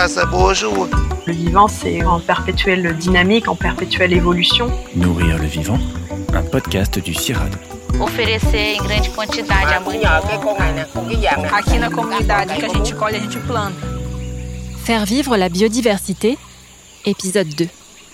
passe un beau jour. Le vivant, c'est en perpétuelle dynamique, en perpétuelle évolution. Nourrir le vivant, un podcast du CIRAD. Oferecer em grande quantidade a mão de obra. Aqui na comunidade que a gente colhe, a gente planta. Faire vivre la biodiversité, épisode 2.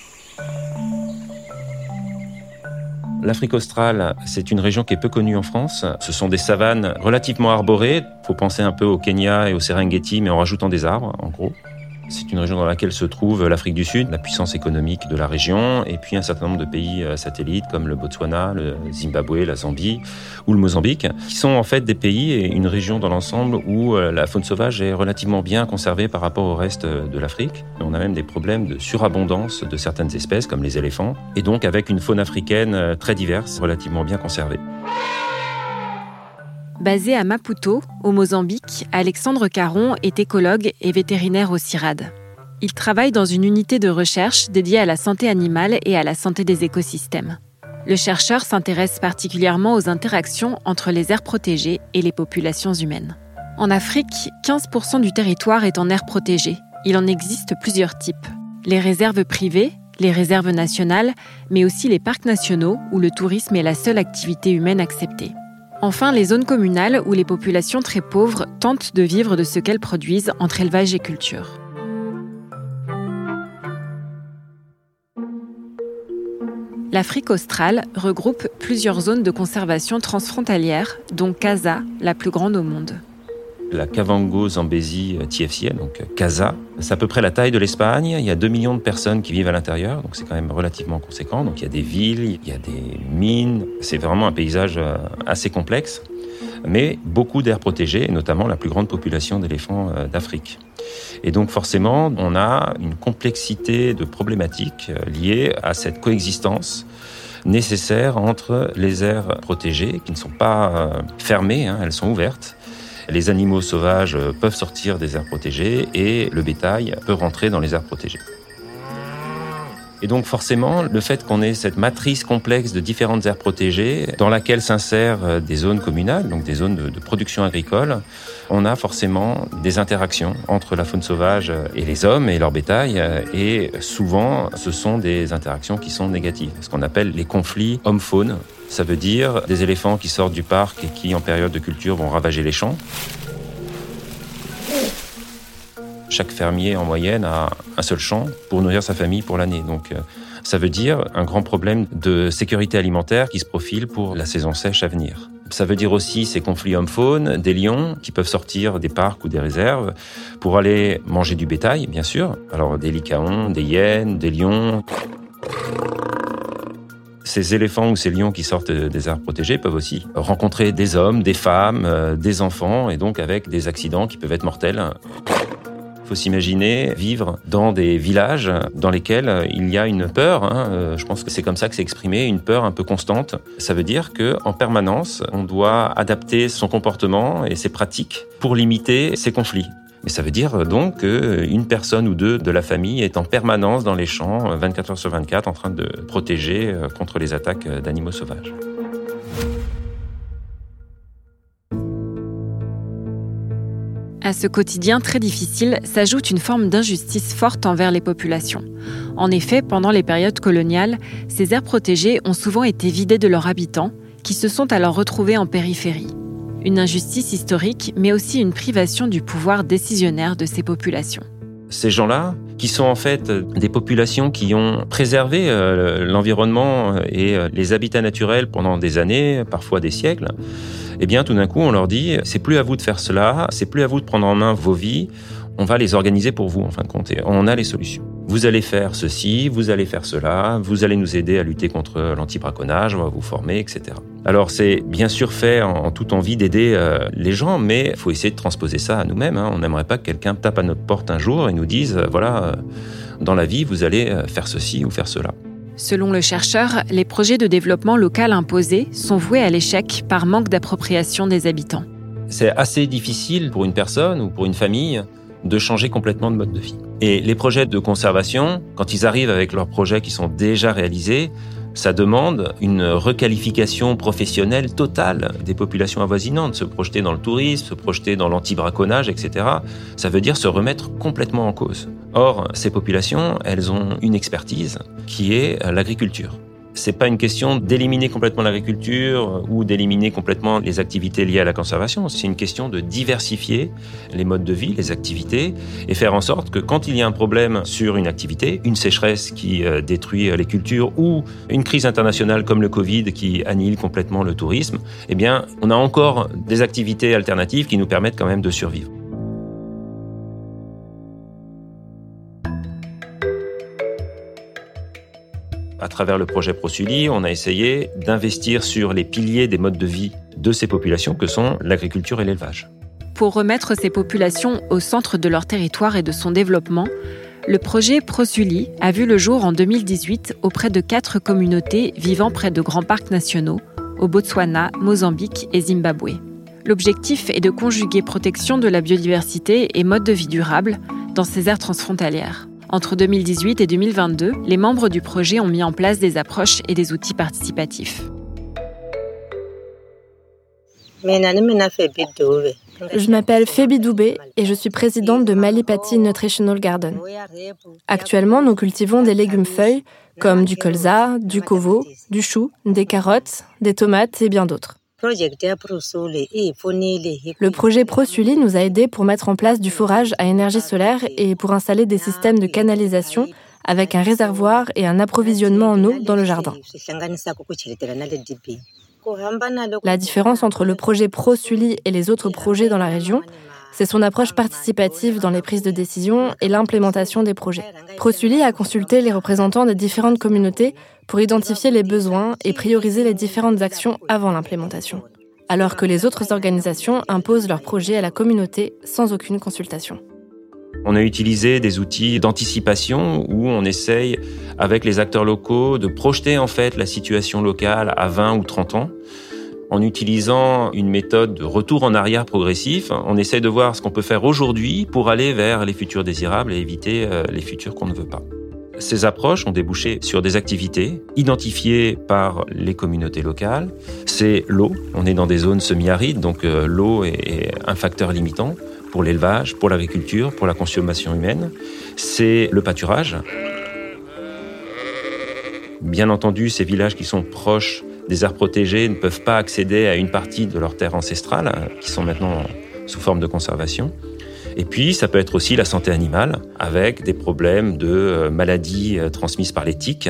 L'Afrique australe, c'est une région qui est peu connue en France. Ce sont des savanes relativement arborées. Il faut penser un peu au Kenya et au Serengeti, mais en rajoutant des arbres, en gros. C'est une région dans laquelle se trouve l'Afrique du Sud, la puissance économique de la région, et puis un certain nombre de pays satellites comme le Botswana, le Zimbabwe, la Zambie ou le Mozambique, qui sont en fait des pays et une région dans l'ensemble où la faune sauvage est relativement bien conservée par rapport au reste de l'Afrique. On a même des problèmes de surabondance de certaines espèces comme les éléphants, et donc avec une faune africaine très diverse, relativement bien conservée. Basé à Maputo, au Mozambique, Alexandre Caron est écologue et vétérinaire au CIRAD. Il travaille dans une unité de recherche dédiée à la santé animale et à la santé des écosystèmes. Le chercheur s'intéresse particulièrement aux interactions entre les aires protégées et les populations humaines. En Afrique, 15% du territoire est en aire protégée. Il en existe plusieurs types. Les réserves privées, les réserves nationales, mais aussi les parcs nationaux où le tourisme est la seule activité humaine acceptée. Enfin, les zones communales où les populations très pauvres tentent de vivre de ce qu'elles produisent entre élevage et culture. L'Afrique australe regroupe plusieurs zones de conservation transfrontalières, dont Casa, la plus grande au monde. La Kavango Zambezi TFC, donc Casa, c'est à peu près la taille de l'Espagne. Il y a 2 millions de personnes qui vivent à l'intérieur, donc c'est quand même relativement conséquent. Donc il y a des villes, il y a des mines. C'est vraiment un paysage assez complexe, mais beaucoup d'aires protégées, et notamment la plus grande population d'éléphants d'Afrique. Et donc forcément, on a une complexité de problématiques liées à cette coexistence nécessaire entre les aires protégées, qui ne sont pas fermées, elles sont ouvertes. Les animaux sauvages peuvent sortir des aires protégées et le bétail peut rentrer dans les aires protégées. Et donc forcément, le fait qu'on ait cette matrice complexe de différentes aires protégées dans laquelle s'insèrent des zones communales, donc des zones de production agricole, on a forcément des interactions entre la faune sauvage et les hommes et leur bétail. Et souvent, ce sont des interactions qui sont négatives, ce qu'on appelle les conflits homme-faune. Ça veut dire des éléphants qui sortent du parc et qui, en période de culture, vont ravager les champs. Chaque fermier, en moyenne, a un seul champ pour nourrir sa famille pour l'année. Donc, ça veut dire un grand problème de sécurité alimentaire qui se profile pour la saison sèche à venir. Ça veut dire aussi ces conflits homme-faune, des lions qui peuvent sortir des parcs ou des réserves pour aller manger du bétail, bien sûr. Alors, des lycaons, des hyènes, des lions. Ces éléphants ou ces lions qui sortent des aires protégées peuvent aussi rencontrer des hommes, des femmes, des enfants, et donc avec des accidents qui peuvent être mortels. Il faut s'imaginer vivre dans des villages dans lesquels il y a une peur. Je pense que c'est comme ça que c'est exprimé, une peur un peu constante. Ça veut dire qu'en permanence, on doit adapter son comportement et ses pratiques pour limiter ces conflits. Mais ça veut dire donc qu'une personne ou deux de la famille est en permanence dans les champs, 24 heures sur 24, en train de protéger contre les attaques d'animaux sauvages. À ce quotidien très difficile s'ajoute une forme d'injustice forte envers les populations. En effet, pendant les périodes coloniales, ces aires protégées ont souvent été vidées de leurs habitants, qui se sont alors retrouvés en périphérie. Une injustice historique, mais aussi une privation du pouvoir décisionnaire de ces populations. Ces gens-là, qui sont en fait des populations qui ont préservé l'environnement et les habitats naturels pendant des années, parfois des siècles, eh bien tout d'un coup on leur dit « c'est plus à vous de faire cela, c'est plus à vous de prendre en main vos vies, on va les organiser pour vous en fin de compte, et on a les solutions. Vous allez faire ceci, vous allez faire cela, vous allez nous aider à lutter contre l'anti-braconnage, on va vous former, etc. » Alors c'est bien sûr fait en toute envie d'aider les gens, mais il faut essayer de transposer ça à nous-mêmes. On n'aimerait pas que quelqu'un tape à notre porte un jour et nous dise « voilà, dans la vie, vous allez faire ceci ou faire cela ». Selon le chercheur, les projets de développement local imposés sont voués à l'échec par manque d'appropriation des habitants. C'est assez difficile pour une personne ou pour une famille de changer complètement de mode de vie. Et les projets de conservation, quand ils arrivent avec leurs projets qui sont déjà réalisés, ça demande une requalification professionnelle totale des populations avoisinantes, se projeter dans le tourisme, se projeter dans l'anti-braconnage, etc. Ça veut dire se remettre complètement en cause. Or, ces populations, elles ont une expertise qui est l'agriculture. C'est pas une question d'éliminer complètement l'agriculture ou d'éliminer complètement les activités liées à la conservation. C'est une question de diversifier les modes de vie, les activités, et faire en sorte que quand il y a un problème sur une activité, une sécheresse qui détruit les cultures ou une crise internationale comme le Covid qui annihile complètement le tourisme, eh bien, on a encore des activités alternatives qui nous permettent quand même de survivre. À travers le projet ProSully, on a essayé d'investir sur les piliers des modes de vie de ces populations que sont l'agriculture et l'élevage. Pour remettre ces populations au centre de leur territoire et de son développement, le projet ProSully a vu le jour en 2018 auprès de 4 communautés vivant près de grands parcs nationaux, au Botswana, Mozambique et Zimbabwe. L'objectif est de conjuguer protection de la biodiversité et mode de vie durable dans ces aires transfrontalières. Entre 2018 et 2022, les membres du projet ont mis en place des approches et des outils participatifs. Je m'appelle Fébi Doubé et je suis présidente de Malipati Nutritional Garden. Actuellement, nous cultivons des légumes-feuilles comme du colza, du kovo, du chou, des carottes, des tomates et bien d'autres. Le projet ProSully nous a aidés pour mettre en place du forage à énergie solaire et pour installer des systèmes de canalisation avec un réservoir et un approvisionnement en eau dans le jardin. La différence entre le projet ProSully et les autres projets dans la région, c'est son approche participative dans les prises de décision et l'implémentation des projets. ProSully a consulté les représentants des différentes communautés pour identifier les besoins et prioriser les différentes actions avant l'implémentation, alors que les autres organisations imposent leurs projets à la communauté sans aucune consultation. On a utilisé des outils d'anticipation où on essaye, avec les acteurs locaux, de projeter en fait la situation locale à 20 ou 30 ans. En utilisant une méthode de retour en arrière progressif, on essaie de voir ce qu'on peut faire aujourd'hui pour aller vers les futurs désirables et éviter les futurs qu'on ne veut pas. Ces approches ont débouché sur des activités identifiées par les communautés locales. C'est l'eau. On est dans des zones semi-arides, donc l'eau est un facteur limitant pour l'élevage, pour l'agriculture, pour la consommation humaine. C'est le pâturage. Bien entendu, ces villages qui sont proches des aires protégées ne peuvent pas accéder à une partie de leurs terres ancestrales, qui sont maintenant sous forme de conservation. Et puis, ça peut être aussi la santé animale, avec des problèmes de maladies transmises par les tiques.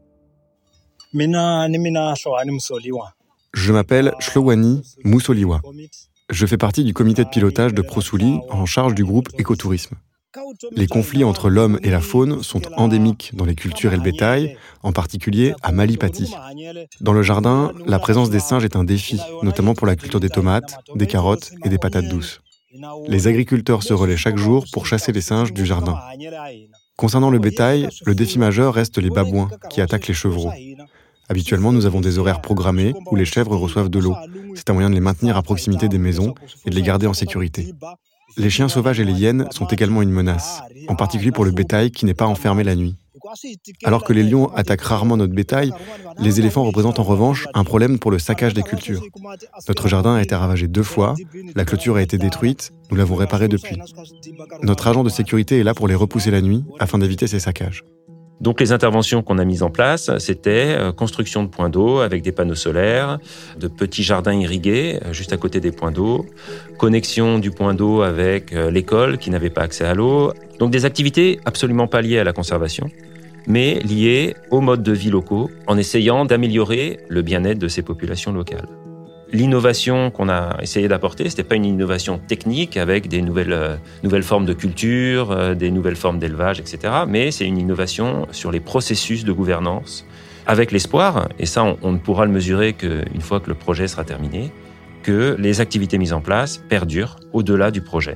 Je m'appelle Shlowani Musoliwa. Je fais partie du comité de pilotage de ProSully en charge du groupe écotourisme. Les conflits entre l'homme et la faune sont endémiques dans les cultures et le bétail, en particulier à Malipati. Dans le jardin, la présence des singes est un défi, notamment pour la culture des tomates, des carottes et des patates douces. Les agriculteurs se relaient chaque jour pour chasser les singes du jardin. Concernant le bétail, le défi majeur reste les babouins qui attaquent les chevreaux. Habituellement, nous avons des horaires programmés où les chèvres reçoivent de l'eau. C'est un moyen de les maintenir à proximité des maisons et de les garder en sécurité. Les chiens sauvages et les hyènes sont également une menace, en particulier pour le bétail qui n'est pas enfermé la nuit. Alors que les lions attaquent rarement notre bétail, les éléphants représentent en revanche un problème pour le saccage des cultures. Notre jardin a été ravagé 2 fois, la clôture a été détruite, nous l'avons réparée depuis. Notre agent de sécurité est là pour les repousser la nuit afin d'éviter ces saccages. Donc les interventions qu'on a mises en place, c'était construction de points d'eau avec des panneaux solaires, de petits jardins irrigués juste à côté des points d'eau, connexion du point d'eau avec l'école qui n'avait pas accès à l'eau. Donc des activités absolument pas liées à la conservation, mais liées aux modes de vie locaux, en essayant d'améliorer le bien-être de ces populations locales. L'innovation qu'on a essayé d'apporter, c'était pas une innovation technique avec des nouvelles formes de culture, des nouvelles formes d'élevage, etc. Mais c'est une innovation sur les processus de gouvernance, avec l'espoir, et ça on ne pourra le mesurer qu'une fois que le projet sera terminé, que les activités mises en place perdurent au-delà du projet.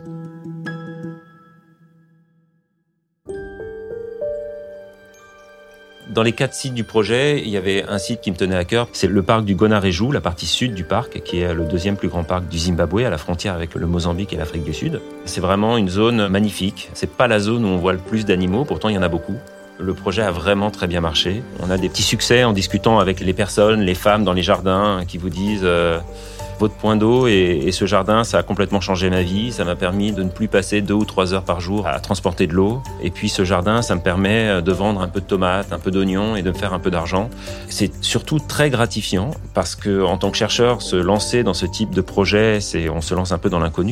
Dans les 4 sites du projet, il y avait un site qui me tenait à cœur, c'est le parc du Gonaréjou, la partie sud du parc, qui est le 2e plus grand parc du Zimbabwe, à la frontière avec le Mozambique et l'Afrique du Sud. C'est vraiment une zone magnifique. C'est pas la zone où on voit le plus d'animaux, pourtant il y en a beaucoup. Le projet a vraiment très bien marché. On a des petits succès en discutant avec les personnes, les femmes dans les jardins, qui vous disent votre point d'eau et ce jardin, ça a complètement changé ma vie. Ça m'a permis de ne plus passer 2 ou 3 heures par jour à transporter de l'eau. Et puis ce jardin, ça me permet de vendre un peu de tomates, un peu d'oignons et de me faire un peu d'argent. C'est surtout très gratifiant parce que en tant que chercheur, se lancer dans ce type de projet, on se lance un peu dans l'inconnu.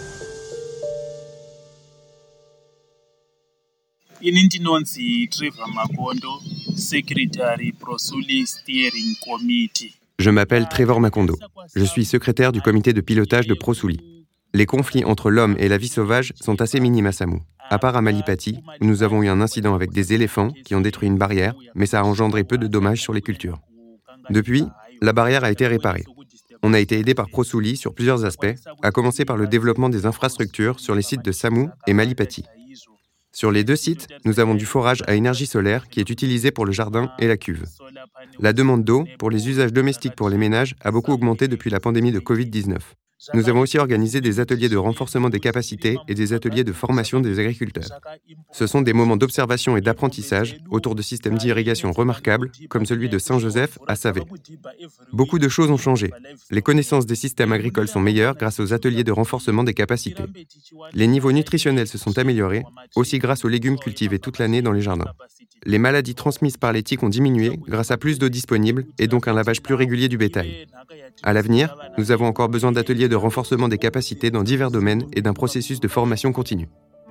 Inintinonzi Trevor Makondo, secretary Prosuli Steering Committee. Je m'appelle Trevor Makondo. Je suis secrétaire du comité de pilotage de Prosuli. Les conflits entre l'homme et la vie sauvage sont assez minimes à Samu. À part à Malipati, où nous avons eu un incident avec des éléphants qui ont détruit une barrière, mais ça a engendré peu de dommages sur les cultures. Depuis, la barrière a été réparée. On a été aidé par Prosuli sur plusieurs aspects, à commencer par le développement des infrastructures sur les sites de Samu et Malipati. Sur les 2 sites, nous avons du forage à énergie solaire qui est utilisé pour le jardin et la cuve. La demande d'eau pour les usages domestiques pour les ménages a beaucoup augmenté depuis la pandémie de Covid-19. Nous avons aussi organisé des ateliers de renforcement des capacités et des ateliers de formation des agriculteurs. Ce sont des moments d'observation et d'apprentissage autour de systèmes d'irrigation remarquables, comme celui de Saint-Joseph à Savé. Beaucoup de choses ont changé. Les connaissances des systèmes agricoles sont meilleures grâce aux ateliers de renforcement des capacités. Les niveaux nutritionnels se sont améliorés, aussi grâce aux légumes cultivés toute l'année dans les jardins. Les maladies transmises par les tiques ont diminué grâce à plus d'eau disponible et donc un lavage plus régulier du bétail. À l'avenir, nous avons encore besoin d'ateliers de renforcement des capacités dans divers domaines et d'un processus de formation continue.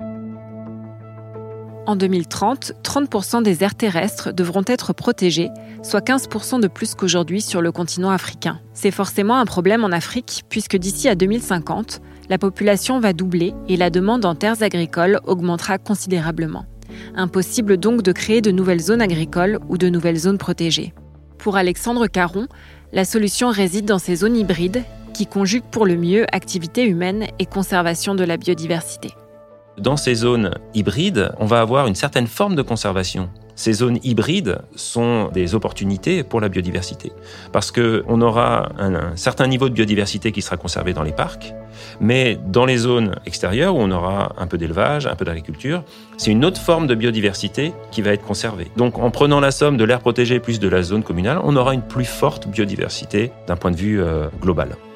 En 2030, 30% des aires terrestres devront être protégées, soit 15% de plus qu'aujourd'hui sur le continent africain. C'est forcément un problème en Afrique, puisque d'ici à 2050, la population va doubler et la demande en terres agricoles augmentera considérablement. Impossible donc de créer de nouvelles zones agricoles ou de nouvelles zones protégées. Pour Alexandre Caron, la solution réside dans ces zones hybrides qui conjuguent pour le mieux activité humaine et conservation de la biodiversité. Dans ces zones hybrides, on va avoir une certaine forme de conservation. Ces zones hybrides sont des opportunités pour la biodiversité. Parce qu'on aura un certain niveau de biodiversité qui sera conservé dans les parcs, mais dans les zones extérieures où on aura un peu d'élevage, un peu d'agriculture, c'est une autre forme de biodiversité qui va être conservée. Donc en prenant la somme de l'aire protégée plus de la zone communale, on aura une plus forte biodiversité d'un point de vue global.